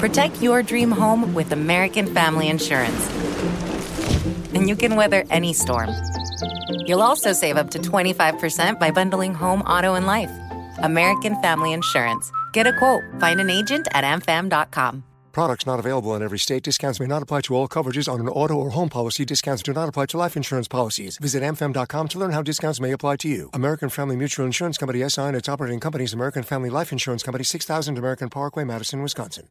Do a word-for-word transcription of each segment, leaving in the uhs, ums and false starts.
Protect your dream home with American Family Insurance. And you can weather any storm. You'll also save up to twenty-five percent by bundling home, auto, and life. American Family Insurance. Get a quote. Find an agent at a m fam dot com. Products not available in every state. Discounts may not apply to all coverages on an auto or home policy. Discounts do not apply to life insurance policies. Visit a m fam dot com to learn how discounts may apply to you. American Family Mutual Insurance Company, S I and its operating companies, American Family Life Insurance Company, six thousand American Parkway, Madison, Wisconsin.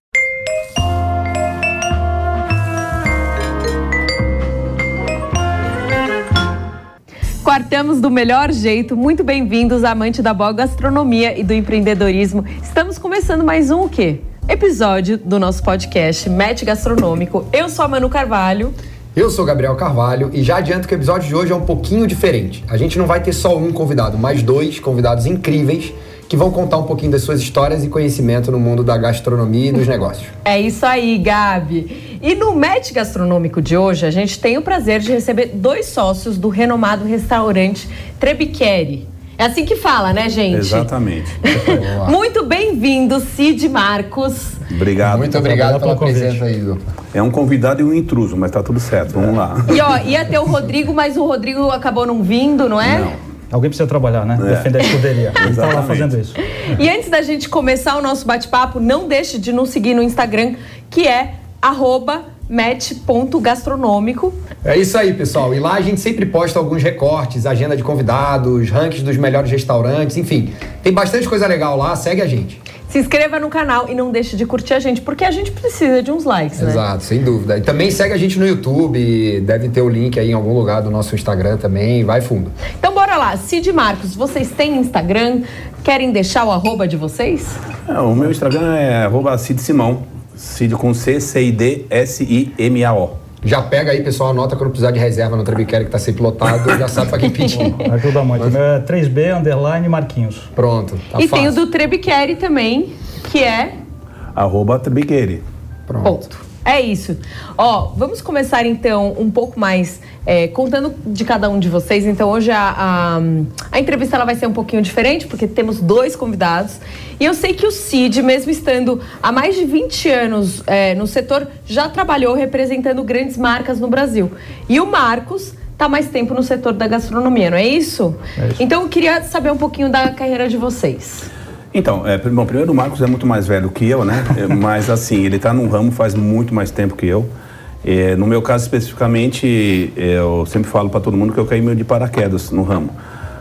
Quartamos do melhor jeito. Muito bem-vindos, amante da boa gastronomia e do empreendedorismo. Estamos começando mais um o quê? Episódio do nosso podcast Match Gastronômico. Eu sou a Manu Carvalho. Eu sou o Gabriel Carvalho e já adianto que o episódio de hoje é um pouquinho diferente. A gente não vai ter só um convidado, mas dois convidados incríveis que vão contar um pouquinho das suas histórias e conhecimento no mundo da gastronomia e dos negócios. É isso aí, Gabi. E no Match Gastronômico de hoje, a gente tem o prazer de receber dois sócios do renomado restaurante Trebiqueri. É assim que fala, né, gente? Exatamente. Muito bem-vindo, Cid Marcos. Obrigado. Muito obrigado pela presença aí, Edu. É um convidado e um intruso, mas tá tudo certo. Vamos lá. E ó, ia ter o Rodrigo, mas o Rodrigo acabou não vindo, não é? Não. Alguém precisa trabalhar, né? É. Defender a escuderia. Ele tá lá fazendo isso. E antes da gente começar o nosso bate-papo, não deixe de nos seguir no Instagram, que é arroba match ponto gastronômico. É isso aí, pessoal. E lá a gente sempre posta alguns recortes, agenda de convidados, rankings dos melhores restaurantes, enfim. Tem bastante coisa legal lá, segue a gente. Se inscreva no canal e não deixe de curtir a gente, porque a gente precisa de uns likes, né? Exato, sem dúvida. E também segue a gente no YouTube, deve ter o link aí em algum lugar do nosso Instagram também, vai fundo. Então bora lá, Cid Marcos, vocês têm Instagram? Querem deixar o arroba de vocês? É, o meu Instagram é arroba Cid Simão. Cid com C, C I D, S I M A O. Já pega aí, pessoal, anota quando precisar de reserva no Trebiqueri que tá sempre lotado, já sabe pra quem pedir. Ajuda muito. O meu é três B, underline, Marquinhos. Pronto, tá e fácil. tem o do Trebiqueri também, que é... Arroba Trebiqueri. Pronto. Ponto. É isso. Ó, vamos começar então um pouco mais é, contando de cada um de vocês. Então hoje a, a, a entrevista ela vai ser um pouquinho diferente, porque temos dois convidados. E eu sei que o Cid, mesmo estando há mais de vinte anos é, no setor, já trabalhou representando grandes marcas no Brasil. E o Marcos está mais tempo no setor da gastronomia, não é isso? É isso. Então eu queria saber um pouquinho da carreira de vocês. Então, é, bom, primeiro o Marcos é muito mais velho que eu, né? É, mas assim, ele tá num ramo faz muito mais tempo que eu. É, no meu caso especificamente, eu sempre falo para todo mundo que eu caí meio de paraquedas no ramo.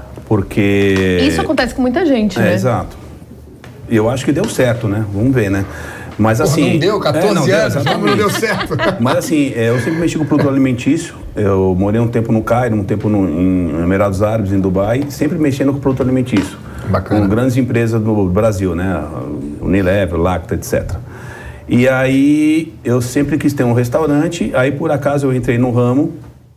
Porque... Isso acontece com muita gente, é, né? Exato. E eu acho que deu certo, né? Vamos ver, né? Mas Porra, assim... não deu, catorze é, não, anos, deu, não deu certo. Mas assim, é, eu sempre mexi com produto alimentício. Eu morei um tempo no Cairo, um tempo no, em Emirados Árabes, em Dubai, sempre mexendo com produto alimentício. Bacana. Com grandes empresas do Brasil, né? Unilever, Lacta, etcétera. E aí, eu sempre quis ter um restaurante, aí por acaso eu entrei no ramo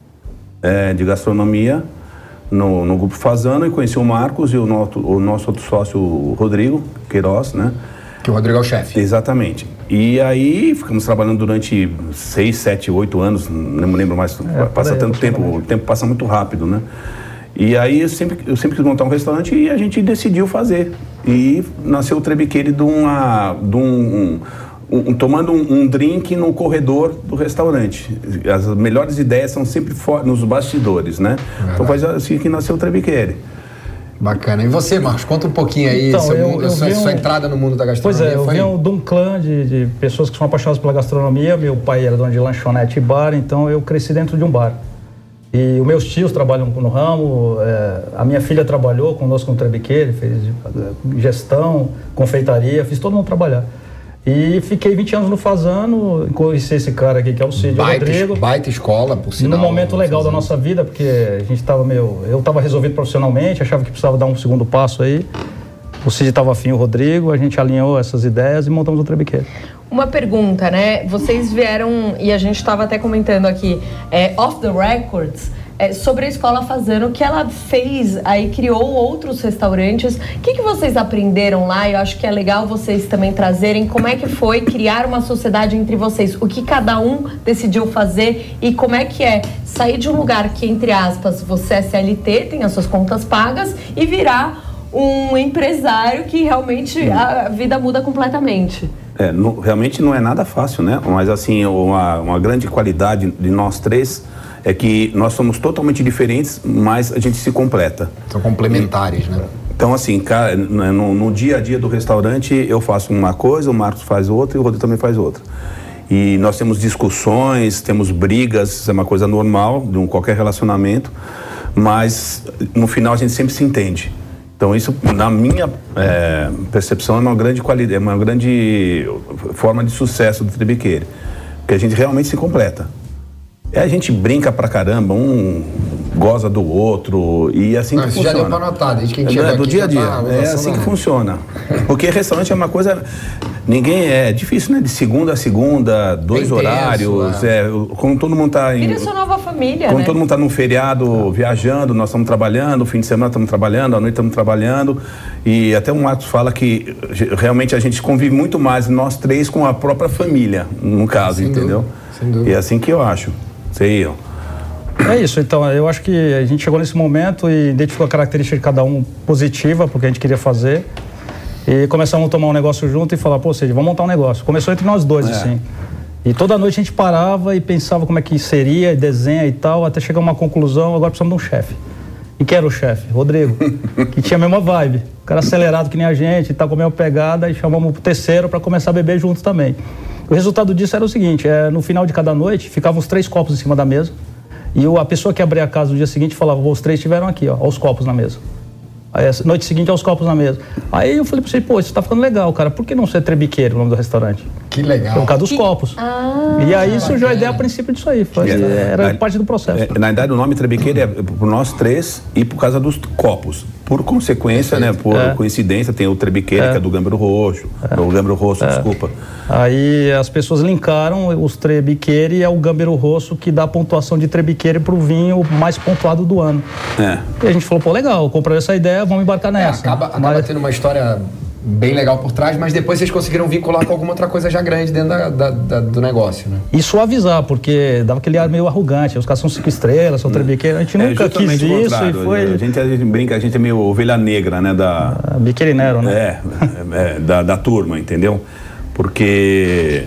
é, de gastronomia, no, no Grupo Fasano, e conheci o Marcos e o nosso, o nosso outro sócio, o Rodrigo Queiroz, né? Que o Rodrigo é o chefe. Exatamente. E aí, ficamos trabalhando durante seis, sete, oito anos, não me lembro mais, é, passa tanto tempo, o tempo passa muito rápido, né? E aí eu sempre, eu sempre quis montar um restaurante e a gente decidiu fazer. E nasceu o Trebiqueri de uma, de um, um, um, tomando um, um drink no corredor do restaurante. As melhores ideias são sempre for, nos bastidores, né? Verdade. Então foi assim que nasceu o Trebiqueri. Bacana. E você, Marcos, conta um pouquinho aí então, seu eu, mundo, eu sua, um... sua entrada no mundo da gastronomia. Pois é, eu foi... venho de um clã de, de pessoas que são apaixonadas pela gastronomia. Meu pai era dono de lanchonete e bar, então eu cresci dentro de um bar. E os meus tios trabalham no ramo, é, a minha filha trabalhou conosco no Trebiqueri, fez gestão, confeitaria, fiz todo mundo trabalhar. E fiquei vinte anos no Fasano, conheci esse cara aqui que é o Cid baita, Rodrigo. Baita escola, por sinal. Num momento legal da nossa vida, porque a gente estava meio... Eu estava resolvido profissionalmente, achava que precisava dar um segundo passo aí. O Cid estava afim, o Rodrigo, a gente alinhou essas ideias e montamos o Trebiqueri. Uma pergunta, né? Vocês vieram, e a gente estava até comentando aqui, é, off the records, é, sobre a Escola Fasano, que ela fez, aí criou outros restaurantes. O que, que vocês aprenderam lá? Eu acho que é legal vocês também trazerem como é que foi criar uma sociedade entre vocês, o que cada um decidiu fazer e como é que é sair de um lugar que, entre aspas, você é C L T, tem as suas contas pagas, e virar um empresário que realmente a vida muda completamente. É, no, realmente não é nada fácil, né? Mas assim, uma, uma grande qualidade de nós três é que nós somos totalmente diferentes, mas a gente se completa. São complementares, e, né? Então assim, cara, no, no dia a dia do restaurante eu faço uma coisa, o Marcos faz outra e o Rodrigo também faz outra. E nós temos discussões, temos brigas, isso é uma coisa normal de um, qualquer relacionamento, mas no final a gente sempre se entende. Então isso, na minha é, percepção, é uma grande qualidade, é uma grande forma de sucesso do Trebiqueire, porque a gente realmente se completa. É, a gente brinca pra caramba, um goza do outro e assim Não, que isso funciona. já deu pra notar, desde que a gente é, chegou do aqui, dia a dia, tá, é assim que funciona. Porque restaurante é uma coisa, ninguém é, é difícil, né? De segunda a segunda, dois Bem horários, tenso, é. é, quando todo mundo tá em... Vira sua nova família, Quando né? todo mundo tá num feriado, viajando, nós estamos trabalhando, fim de semana estamos trabalhando, à noite estamos trabalhando, e até o Marcos fala que realmente a gente convive muito mais, nós três, com a própria família, no caso, Sem entendeu? dúvida, sem dúvida. E é assim que eu acho. Sei eu. É isso, então, eu acho que a gente chegou nesse momento e identificou a característica de cada um positiva, porque a gente queria fazer, e começamos a tomar um negócio junto e falar, pô, seja, vamos montar um negócio. Começou entre nós dois, é. assim. E toda noite a gente parava e pensava como é que seria, desenha e tal, até chegar a uma conclusão, agora precisamos de um chefe. E quem era o chefe? Rodrigo, que tinha a mesma vibe. O cara acelerado que nem a gente e tal, com a mesma pegada, e chamamos o terceiro para começar a beber juntos também. O resultado disso era o seguinte, é, no final de cada noite, ficavam os três copos em cima da mesa, e o, a pessoa que abria a casa no dia seguinte falava, os três estiveram aqui, ó, ó, os copos na mesa. Aí, a noite seguinte, ó, os copos na mesa. Aí eu falei pra você, pô, isso tá ficando legal, cara, por que não ser Trebiqueire, o nome do restaurante? Que legal. Por causa dos que... copos. Ah, e aí surgiu a ideia a princípio disso aí, foi, É, era na, parte do processo. É, na verdade, o nome Trebiqueire é por nós três e por causa dos copos. Por consequência, né, por é. coincidência, tem o Trebiqueire, é. que é do Gâmbaro Roxo, é. o Gâmbaro Roxo, é. desculpa. Aí as pessoas linkaram os Trebiqueire e é o Gâmbaro Roxo que dá a pontuação de Trebiqueire pro vinho mais pontuado do ano. É. E a gente falou, pô, legal, comprou essa ideia, vamos embarcar nessa. É, acaba, acaba mas... tendo uma história bem legal por trás, mas depois vocês conseguiram vincular com alguma outra coisa já grande dentro da, da, da, do negócio, né? E suavizar, porque dava aquele ar meio arrogante, os caras são cinco estrelas, são Trebiqueire, a gente é, nunca quis isso e foi... A gente, a gente brinca, a gente é meio ovelha negra, né, da... Ah, biqueirinero, né? É, é da, da turma, entendeu? Porque...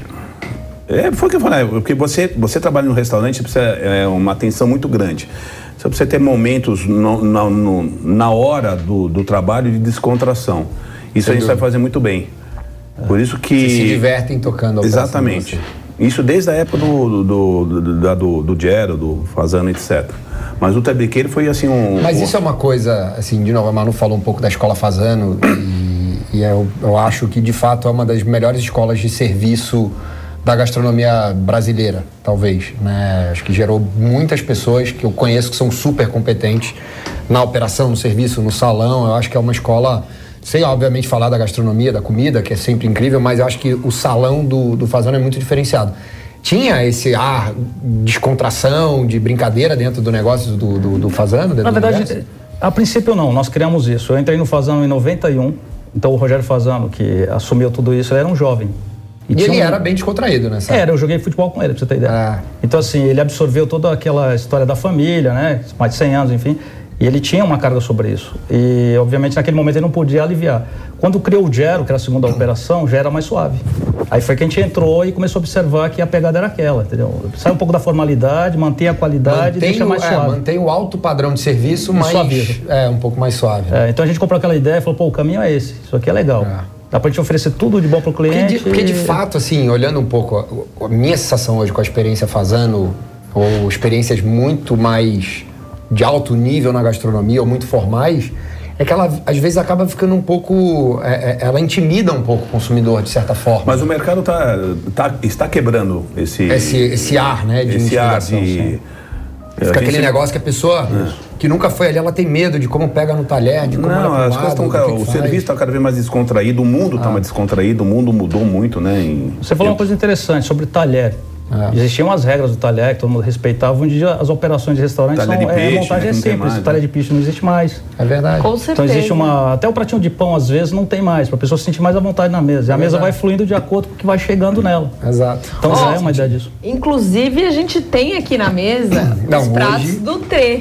É, foi o que eu falei, porque você, você trabalha no restaurante, você precisa é, uma atenção muito grande. Você precisa ter momentos no, na, no, na hora do, do trabalho de descontração. Isso a gente vai fazer muito bem. Por isso que... Vocês se divertem tocando. Exatamente. Isso desde a época do, do, do, do, do, do Gero, do Fazano, etcétera. Mas o Trebiqueire foi assim um... Mas isso é uma coisa, assim, de novo, a Manu falou um pouco da escola Fazano e, e eu, eu acho que de fato é uma das melhores escolas de serviço da gastronomia brasileira, talvez, né? Acho que gerou muitas pessoas que eu conheço que são super competentes na operação, no serviço, no salão. Eu acho que é uma escola... Sem, obviamente, falar da gastronomia, da comida, que é sempre incrível, mas eu acho que o salão do, do Fazano é muito diferenciado. Tinha esse ar de descontração, de brincadeira dentro do negócio do, do, do Fazano? Na verdade, universo? A princípio não, nós criamos isso. Eu entrei no Fazano em noventa e um, então o Rogério Fazano, que assumiu tudo isso, ele era um jovem. E, e ele um... era bem descontraído, né? Era, eu joguei futebol com ele, pra você ter ideia. Ah. Então, assim, ele absorveu toda aquela história da família, né? Mais de cem anos, enfim. E ele tinha uma carga sobre isso. E, obviamente, naquele momento ele não podia aliviar. Quando criou o Gero, que era a segunda operação, já era mais suave. Aí foi que a gente entrou e começou a observar que a pegada era aquela, entendeu? Sai um pouco da formalidade, mantém a qualidade mantém e deixa mais o, suave. É, mantém o alto padrão de serviço, mas suaviza. É, um pouco mais suave. É, então a gente comprou aquela ideia e falou, pô, o caminho é esse. Isso aqui é legal. É. Dá pra gente oferecer tudo de bom pro cliente. Porque de, porque de fato, assim, olhando um pouco, a, a minha sensação hoje com a experiência Fazano, ou experiências muito mais de alto nível na gastronomia, ou muito formais, é que ela, às vezes, acaba ficando um pouco... É, ela intimida um pouco o consumidor, de certa forma. Mas o mercado tá, tá, está quebrando esse... Esse, esse ar, né, de esse ar de... Fica gente... aquele negócio que a pessoa é. que nunca foi ali, ela tem medo de como pega no talher, de como não, ela as coisas estão, cara, o serviço está cada vez mais descontraído, o mundo está ah. mais descontraído, o mundo mudou muito, né? Em... Você falou uma coisa interessante sobre talher. É. Existiam as regras do talher que todo mundo respeitava. Hoje em dia as operações de restaurante talher são, de peixe, é, a montagem né? é simples. Mais, o talher né? de peixe não existe mais. É verdade. Com certeza. Então existe uma... Até o pratinho de pão, às vezes, não tem mais, para a pessoa se sentir mais à vontade na mesa. E a é mesa vai fluindo de acordo com o que vai chegando nela. Exato. Então já é uma ideia disso. Inclusive, a gente tem aqui na mesa não, os pratos hoje... do Trê.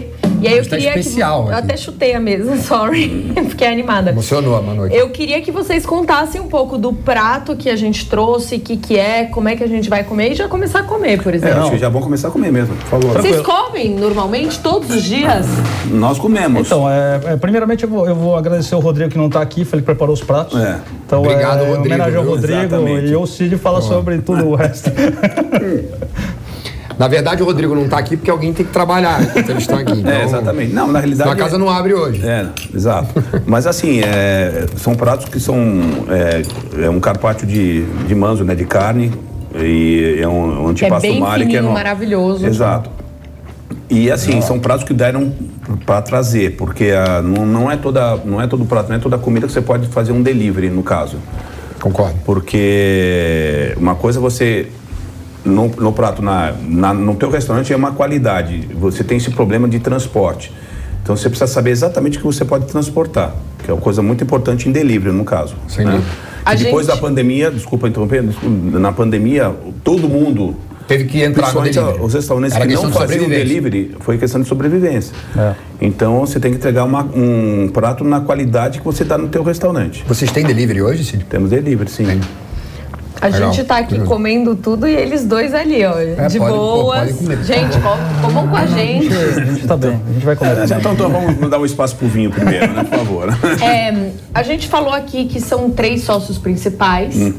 E aí eu Tá queria especial que... Eu aqui. até chutei a mesa, sorry. Fiquei animada. Emocionou a Manu aqui. Eu queria que vocês contassem um pouco do prato que a gente trouxe, o que que é, como é que a gente vai comer e já começar a comer, por É, exemplo. acho que já vão começar a comer mesmo, por favor. Vocês comem normalmente, todos os dias? Nós comemos. Então, é, é, primeiramente eu vou, eu vou agradecer o Rodrigo que não está aqui, foi ele que preparou os pratos. É. Então, Obrigado, é, Rodrigo, homenagem ao viu? Rodrigo Exatamente. e o Cid fala sobre tudo o resto. Na verdade, o Rodrigo não tá aqui porque alguém tem que trabalhar enquanto eles estão aqui. Então, É, exatamente. Não, na realidade... A casa não abre hoje. É, exato. Mas assim, é, são pratos que são... É, é um carpaccio de, de manzo, né, de carne, e é um, um antipasto bem mare que é fininho, no- maravilhoso. Exato. E assim, são pratos que deram para trazer, porque ah, não, não é toda, não é todo prato, não é toda comida que você pode fazer um delivery, no caso. Concordo. Porque uma coisa você... No, no prato, na, na, no teu restaurante é uma qualidade. Você tem esse problema de transporte. Então você precisa saber exatamente o que você pode transportar, que é uma coisa muito importante em delivery, no caso. Sem né? dúvida. A E depois gente- da pandemia, desculpa interromper, desculpa, na pandemia, todo mundo... Teve que entrar no Principalmente delivery. os restaurantes Era que questão não de faziam sobrevivência. delivery, foi questão de sobrevivência. É. Então você tem que entregar uma, um prato na qualidade que você dá no teu restaurante. Vocês têm delivery hoje, Cid? Temos delivery, sim. A Legal. gente tá aqui Curioso. comendo tudo e eles dois ali, ó, de pode- pô, boas. pode comer. Gente, com- comam com a gente. A gente tá bem, a gente vai comer. Então, então vamos dar um espaço pro vinho primeiro, né, por favor. É, a gente falou aqui que são três sócios principais. Hum.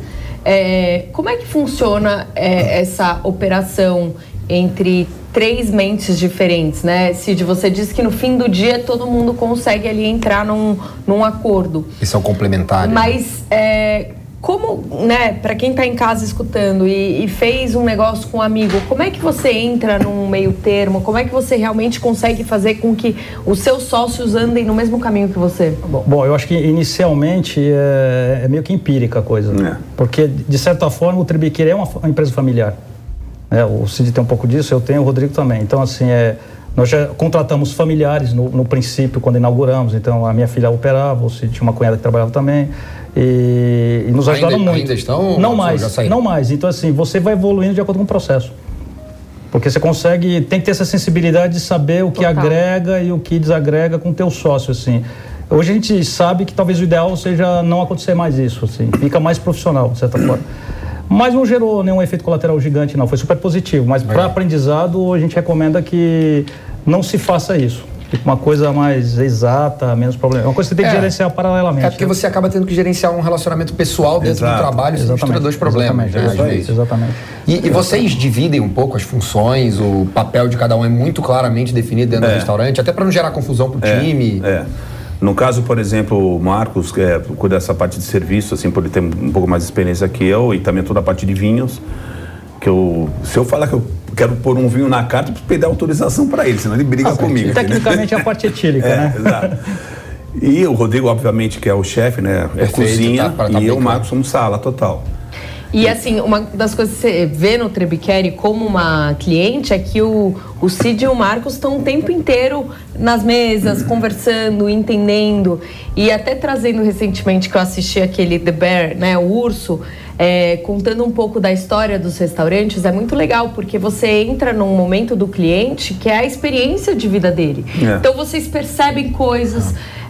É, como é que funciona é, essa operação entre três mentes diferentes, né? Cid, você disse que no fim do dia todo mundo consegue ali entrar num, num acordo. Que são complementares. Mas é, como, né, para quem está em casa escutando e, e fez um negócio com um amigo, como é que você entra num meio termo? Como é que você realmente consegue fazer com que os seus sócios andem no mesmo caminho que você? Bom, eu acho que inicialmente é, é meio que empírica a coisa. É. Porque, de certa forma, o Tribiqueira é uma, uma empresa familiar. É, o Cid tem um pouco disso, eu tenho, o Rodrigo também. Então, assim, é, nós já contratamos familiares no, no princípio, quando inauguramos. Então, a minha filha operava, o Cid tinha uma cunhada que trabalhava também. E, e nos Ainda- ajudaram muito. ainda estão, Não ou mais, já saíram? não mais. Então, assim, você vai evoluindo de acordo com o processo. Porque você consegue, tem que ter essa sensibilidade de saber o que Total. agrega e o que desagrega com o teu sócio, assim. Hoje a gente sabe que talvez o ideal seja não acontecer mais isso, assim. Fica mais profissional, de certa forma. Mas não gerou nenhum efeito colateral gigante, não. Foi super positivo. Mas para aprendizado, a gente recomenda que não se faça isso. Fica uma coisa mais exata, menos problema. É uma coisa que você tem que É. gerenciar paralelamente. É porque você acaba tendo que gerenciar um relacionamento pessoal dentro Exato. do trabalho, isso mistura dois problemas, né, às Exatamente. vezes. Exatamente. E, e vocês dividem um pouco as funções, o papel de cada um é muito claramente definido dentro do É. restaurante, até para não gerar confusão pro É, time. É. No caso, por exemplo, o Marcos, que é, cuida dessa parte de serviço, assim, por ele ter um pouco mais de experiência que eu, e também toda a parte de vinhos, que eu, se eu falar que eu quero pôr um vinho na carta, eu preciso pedir autorização para ele, senão ele briga comigo. Tecnicamente é a parte etílica, É, né? exato. E o Rodrigo, obviamente, que é o chefe, né? É Perfeito, cozinha, tá, pra tá e bem eu e o claro. Marcos somos sala total. E assim, uma das coisas que você vê no Trebiqueri como uma cliente é que o, o Cid e o Marcos estão o tempo inteiro nas mesas, conversando, entendendo. E até trazendo recentemente que eu assisti aquele The Bear, né, o Urso, é, contando um pouco da história dos restaurantes, é muito legal, porque você entra num momento do cliente que é a experiência de vida dele. É. Então vocês percebem coisas...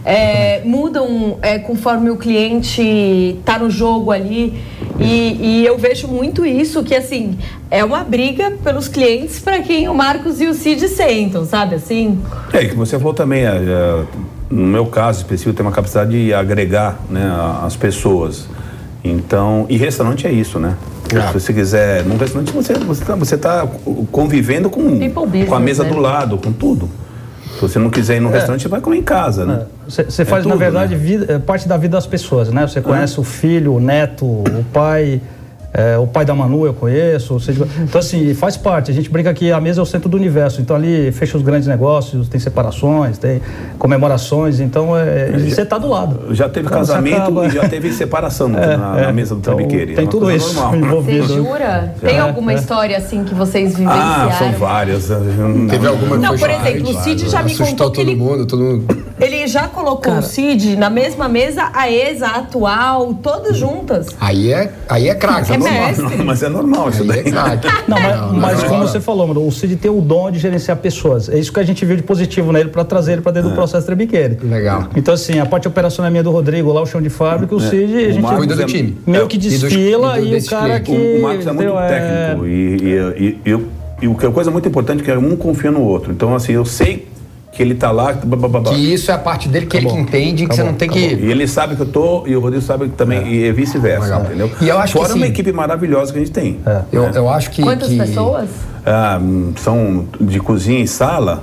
É, mudam é, conforme o cliente está no jogo ali e, e eu vejo muito isso, que assim, é uma briga pelos clientes para quem o Marcos e o Cid sentam, sabe assim? É, e que você falou também, é, é, no meu caso específico, tem uma capacidade de agregar, né, a- as pessoas. Então, e restaurante é isso, né? Claro. Se você quiser, num restaurante você você tá, você tá convivendo com, People business, com a mesa né? do lado, com tudo. Se você não quiser ir no restaurante, você vai comer em casa, né? Você você É faz, na tudo, verdade, né? vida- é parte da vida das pessoas, né? Você conhece o filho, o neto, o pai, é, o pai da Manu eu conheço. Ou seja, então, assim, faz parte. A gente brinca que a mesa é o centro do universo. Então, ali fecha os grandes negócios, tem separações, tem comemorações. Então, é, e você está do lado. Já teve Então, você casamento acaba- e já teve separação no- É, na, é. na mesa do Então, Trebiqueri. tem É uma tudo coisa isso normal. envolvido. Você jura? Tem É, alguma é. história assim que vocês Ah, vivenciaram? são várias. Teve alguma que Não, foi por chocante, exemplo, o Cid claro, já me assustou contou que todo ele- mundo, todo mundo... Ele já colocou Cara, o Cid na mesma mesa, a ex, a atual, todas juntas. Aí é, aí é craque. É, é normal. Não, mas é normal isso daí. É craque. Não, mas, não, mas não, como não. você falou, mano, o Cid tem o dom de gerenciar pessoas. É isso que a gente viu de positivo nele para trazer ele para dentro é. do processo Trebiqueira. Legal. Então, assim, a parte operacional é minha do Rodrigo, lá o chão de fábrica, o é. Cid, a gente cuida do time. meio que desfila e, do, e, e o cara que... O, o Marcos é muito deu, técnico é... e, e, e, e, e o que é coisa muito importante é que um confia no outro. Então, assim, eu sei que ele tá lá... Que isso é a parte dele que acabou, ele que entende, acabou, que você não tem acabou. que... E ele sabe que eu tô, e o Rodrigo sabe que também, é. e vice-versa, entendeu? E eu acho Fora que assim, uma equipe maravilhosa que a gente tem. É. Eu, é. eu acho que... Quantas que... pessoas? Ah, são de cozinha e sala...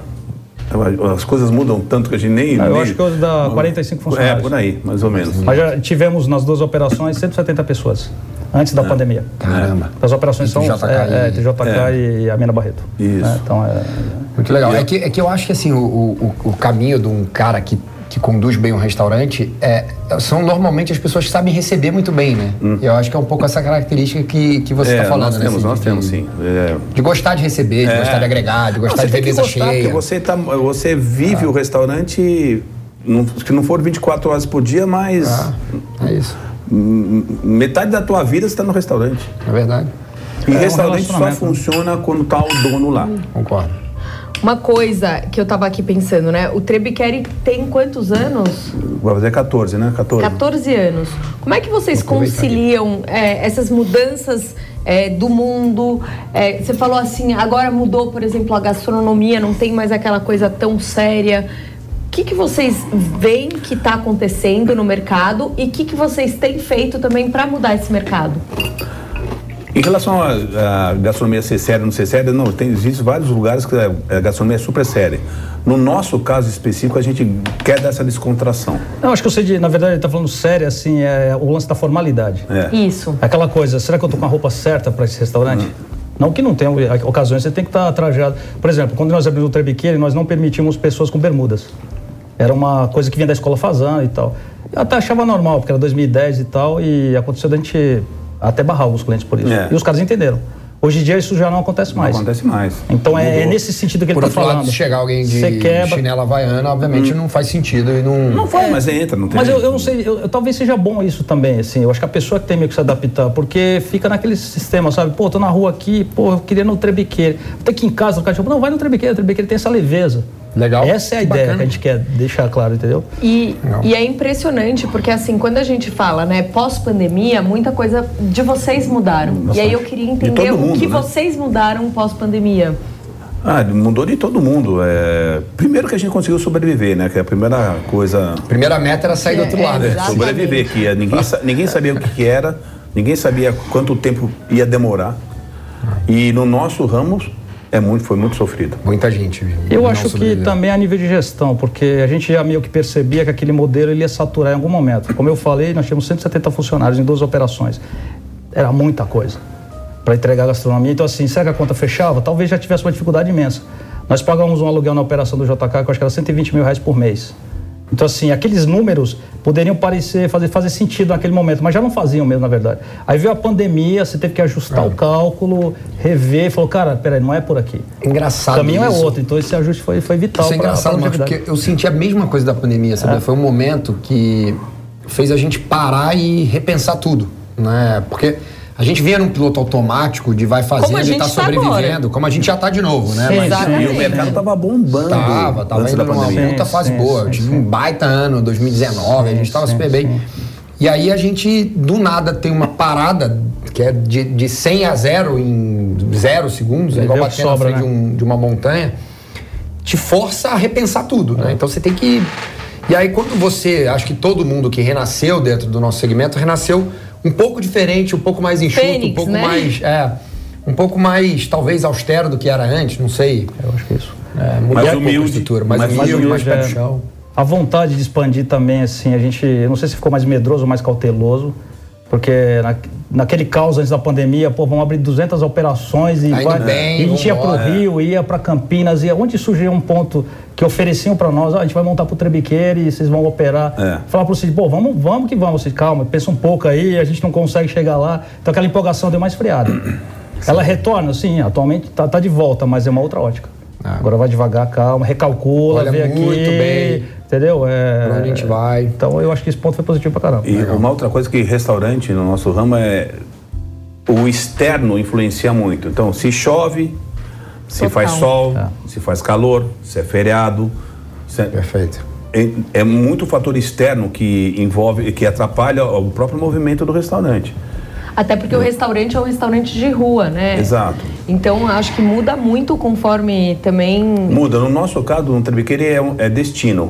As coisas mudam tanto que a gente nem... Ah, eu nem, acho que hoje dá quarenta e cinco funcionários. É, por aí, mais ou menos. Mas já tivemos nas duas operações cento e setenta pessoas, antes da é. pandemia. Caramba. As operações são J K é, é, T J K é. e a Mina Barreto. Isso. É, então é... Muito legal. É que, é que eu acho que assim, o, o, o caminho de um cara que, que conduz bem um restaurante é, são normalmente as pessoas que sabem receber muito bem, né? Hum. Eu acho que é um pouco essa característica que, que você está é, falando, nós né? Temos, assim, nós de, temos, sim. É. De gostar de receber, de é. gostar de agregar, de gostar não, de ver mesa gostar, cheia. Você, tá, você vive ah. o restaurante, não, que não for vinte e quatro horas por dia, mas... Ah. É isso. Metade da tua vida você está no restaurante. É verdade. E é restaurante um só funciona quando tá o dono lá. Concordo. Uma coisa que eu tava aqui pensando, né? O Trebiqueri tem quantos anos? Vai fazer quatorze, né? quatorze. quatorze anos. Como é que vocês conciliam é, essas mudanças é, do mundo? É, você falou assim, agora mudou, por exemplo, a gastronomia, não tem mais aquela coisa tão séria. O que, que vocês veem que está acontecendo no mercado e o que, que vocês têm feito também para mudar esse mercado? Em relação à gastronomia ser séria ou não ser séria, não, tem, existem vários lugares que a, a gastronomia é super séria. No nosso caso específico, a gente quer dar essa descontração. Não, acho que eu sei de, na verdade, ele está falando sério, assim, é o lance da formalidade. É. Isso. Aquela coisa, será que eu tô com a roupa certa para esse restaurante? Hum. Não que não tenha ocasiões, você tem que estar trajado. Por exemplo, quando nós abrimos o Trebiqueira, nós não permitimos pessoas com bermudas. Era uma coisa que vinha da escola Fazan e tal. Eu até achava normal, porque era dois mil e dez e tal, e aconteceu da gente até barrar alguns clientes por isso. É. E os caras entenderam. Hoje em dia isso já não acontece mais. Não acontece mais. Então é, é nesse sentido que ele está falando. Lado, se chegar alguém de quebra... chinela havaiana, obviamente hum. não faz sentido e não... Não faz, é, mas entra, não tem... Mas eu, eu não sei, eu, eu, talvez seja bom isso também, assim. Eu acho que a pessoa que tem meio que se adaptar, porque fica naquele sistema, sabe? Pô, tô na rua aqui, pô, eu queria ir no Trebiqueira. Até aqui em casa, o cara tipo, não, vai no Trebiqueira, o Trebiqueira tem essa leveza. Legal. Essa é a que ideia bacana. que a gente quer deixar claro, entendeu? E, e é impressionante, porque assim, quando a gente fala, né, pós-pandemia, muita coisa de vocês mudaram. Bastante. E aí eu queria entender mundo, o que né? vocês mudaram pós-pandemia. Ah, mudou de todo mundo. É... Primeiro que a gente conseguiu sobreviver, né? Que é a primeira coisa... A primeira meta era sair é, do outro lado. É, sobreviver, que é, ninguém, ninguém sabia o que, que era, ninguém sabia quanto tempo ia demorar. E no nosso ramo... É muito, foi muito sofrido. Muita gente. Eu acho que também a nível de gestão, porque a gente já meio que percebia que aquele modelo ele ia saturar em algum momento. Como eu falei, nós tínhamos cento e setenta funcionários em duas operações. Era muita coisa para entregar a gastronomia. Então, assim, será que a conta fechava? Talvez já tivesse uma dificuldade imensa. Nós pagamos um aluguel na operação do J K, que eu acho que era cento e vinte mil reais por mês. Então, assim, aqueles números poderiam parecer, fazer, fazer sentido naquele momento, mas já não faziam mesmo, na verdade. Aí veio a pandemia, você teve que ajustar é. o cálculo, rever, falou, cara, peraí, não é por aqui. Engraçado. O caminho isso. é outro, então esse ajuste foi, foi vital. Isso é engraçado, Marcos, porque eu senti a mesma coisa da pandemia, sabe? É. Foi um momento que fez a gente parar e repensar tudo, né? Porque a gente vinha num piloto automático de vai fazendo e tá sobrevivendo, agora. Como a gente já tá de novo, né? Sim, Mas, e o mercado tava bombando. Tava, tava indo numa puta fase sim, boa. Sim, eu tive sim. um baita ano, dois mil e dezenove, sim, a gente tava sim, super bem. Sim. E aí a gente, do nada, tem uma parada que é de, de cem a zero em zero segundos, é igual bater na frente né? de, um, de uma montanha, te força a repensar tudo, né? Então você tem que... E aí quando você, acho que todo mundo que renasceu dentro do nosso segmento, renasceu um pouco diferente, um pouco mais enxuto, Fênix, um pouco né? mais... É, um pouco mais, talvez, austero do que era antes, não sei. Eu acho que é isso. É, mais humilde, estrutura, mais, mais humilde, mais pé no chão. A vontade de expandir também, assim, a gente, eu não sei se ficou mais medroso ou mais cauteloso, porque na, naquele caos antes da pandemia, pô, vamos abrir duzentas operações e, vai, bem, e a gente ia pro Rio, ia para Campinas, ia onde surgia um ponto que ofereciam para nós, ah, a gente vai montar pro Trebiqueira e vocês vão operar. É. Falar pro Cid, pô, vamos, vamos que vamos, Cid, calma, pensa um pouco aí, a gente não consegue chegar lá. Então aquela empolgação deu mais friada. Sim. Ela retorna, sim, atualmente tá, tá de volta, mas é uma outra ótica. Ah. Agora vai devagar, calma, recalcula, olha vê muito aqui, bem. entendeu? É, pra onde a gente vai. Então eu acho que esse ponto foi positivo pra caramba. E Legal. uma outra coisa que restaurante no nosso ramo é o externo influencia muito. Então, se chove, se Total. faz sol, É. se faz calor, se é feriado. Se é, Perfeito. é, é muito fator externo que envolve, que atrapalha o próprio movimento do restaurante. Até porque o restaurante é um restaurante de rua, né? Exato. Então, acho que muda muito conforme também... Muda. No nosso caso, no Trebiqueira é, um, é destino.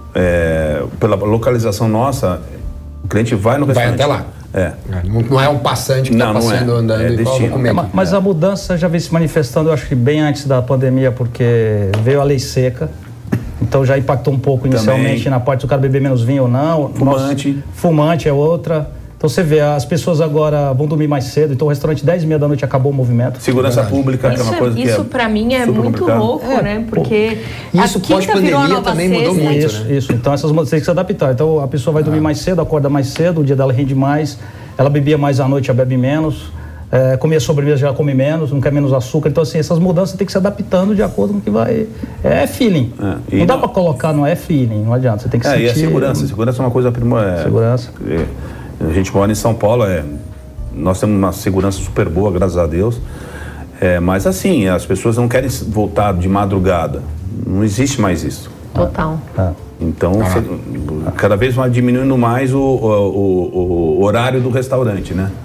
É, pela localização nossa, o cliente vai no Vai restaurante. até lá. É. Não, não é um passante que Não, tá não passando, é. andando É e fala, destino. vou comer É, aqui. ma- mas a mudança já vem se manifestando, eu acho que bem antes da pandemia, porque veio a lei seca, então já impactou um pouco inicialmente Também. na parte do cara beber menos vinho ou não. Fumante. Nossa, fumante é outra. Então você vê, as pessoas agora vão dormir mais cedo, então o restaurante dez e meia da noite acabou o movimento. Segurança Verdade. pública, que é Isso, uma coisa que isso é pra mim é super muito complicado. louco, É, né? pô. Porque Isso a quinta pós-pandemia virou a nova também mudou sexta. muito, Isso, né? isso. Então essas mudanças tem que se adaptar. Então a pessoa vai dormir mais cedo, acorda mais cedo, o dia dela rende mais, ela bebia mais à noite, já bebe menos, é, comia sobremesa, já come menos, não quer menos açúcar. Então assim, essas mudanças tem que se adaptando de acordo com o que vai... É feeling. É, e não dá não- pra colocar, não é feeling, não adianta. Você tem que É, sentir... e a segurança. Segurança é uma coisa primordial. É, Segurança. é, a gente mora em São Paulo, é, nós temos uma segurança super boa, graças a Deus. É, mas assim, as pessoas não querem voltar de madrugada. Não existe mais isso. Total. É. Então, você- cada vez vai diminuindo mais o, o, o- o horário do restaurante, né?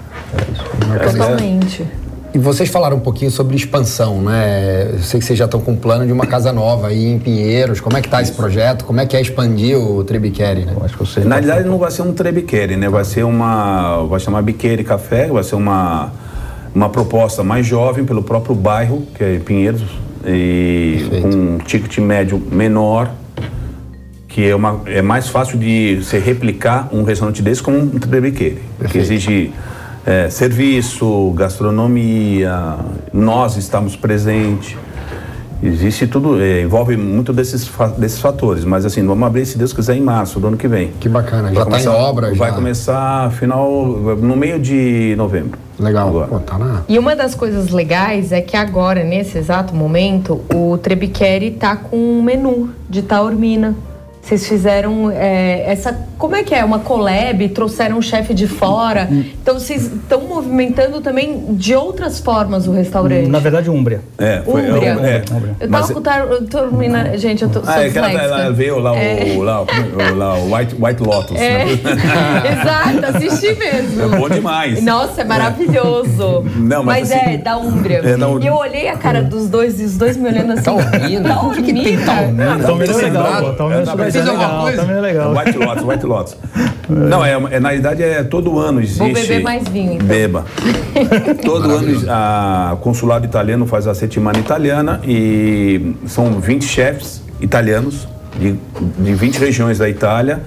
Totalmente. E vocês falaram um pouquinho sobre expansão, né? Eu sei que vocês já estão com um plano de uma casa nova aí em Pinheiros. Como é que tá esse projeto? Como é que é expandir o Trebiqueri, né? Eu acho que você... Na realidade não vai ser um trebiqueri, né? Vai ser uma, vai chamar Biqueire Café, vai ser uma uma proposta mais jovem pelo próprio bairro, que é Pinheiros, e Perfeito. com um ticket médio menor, que é uma é mais fácil de você replicar um restaurante desse como um trebiqueri, que Perfeito. exige é, serviço, gastronomia, nós estamos presentes. Existe tudo, é, envolve muito desses, fa- desses fatores, mas assim, vamos abrir, se Deus quiser, em março do ano que vem. Que bacana. Vai Já tá em começar- obra? Vai já. começar final, no meio de novembro. Legal. Agora. Pô, tá na... E uma das coisas legais é que agora, nesse exato momento, o Trebiqueri tá com um menu de taormina. Vocês fizeram é, essa... Como é que é? Uma collab, trouxeram um chefe de fora. Então, vocês estão movimentando também de outras formas o restaurante. Na verdade, Úmbria. É, foi, Úmbria. é, é. Eu tava Mas- com tar- taormina... Gente, eu tô, sou Ah, é que ela, disléxica. ela veio lá, É. o, lá, o, o- lá, o White, White Lotus. É, Né? exato, assisti mesmo. É bom demais. Nossa, é maravilhoso. Não, mas é assim- da Úmbria. É da Úmbria. E eu olhei a cara dos dois e os dois me olhando assim. Taormina? O que que tem taormina? Então, é legal, pô. Então, É, é tá legal, fez alguma coisa? também é legal. White Lotus, White Lotus. Não, é, é, na realidade é todo ano existe... Vou beber mais vinho, então. Beba. Todo ano a- o consulado italiano faz a settimana italiana e são vinte chefes italianos de, de vinte regiões da Itália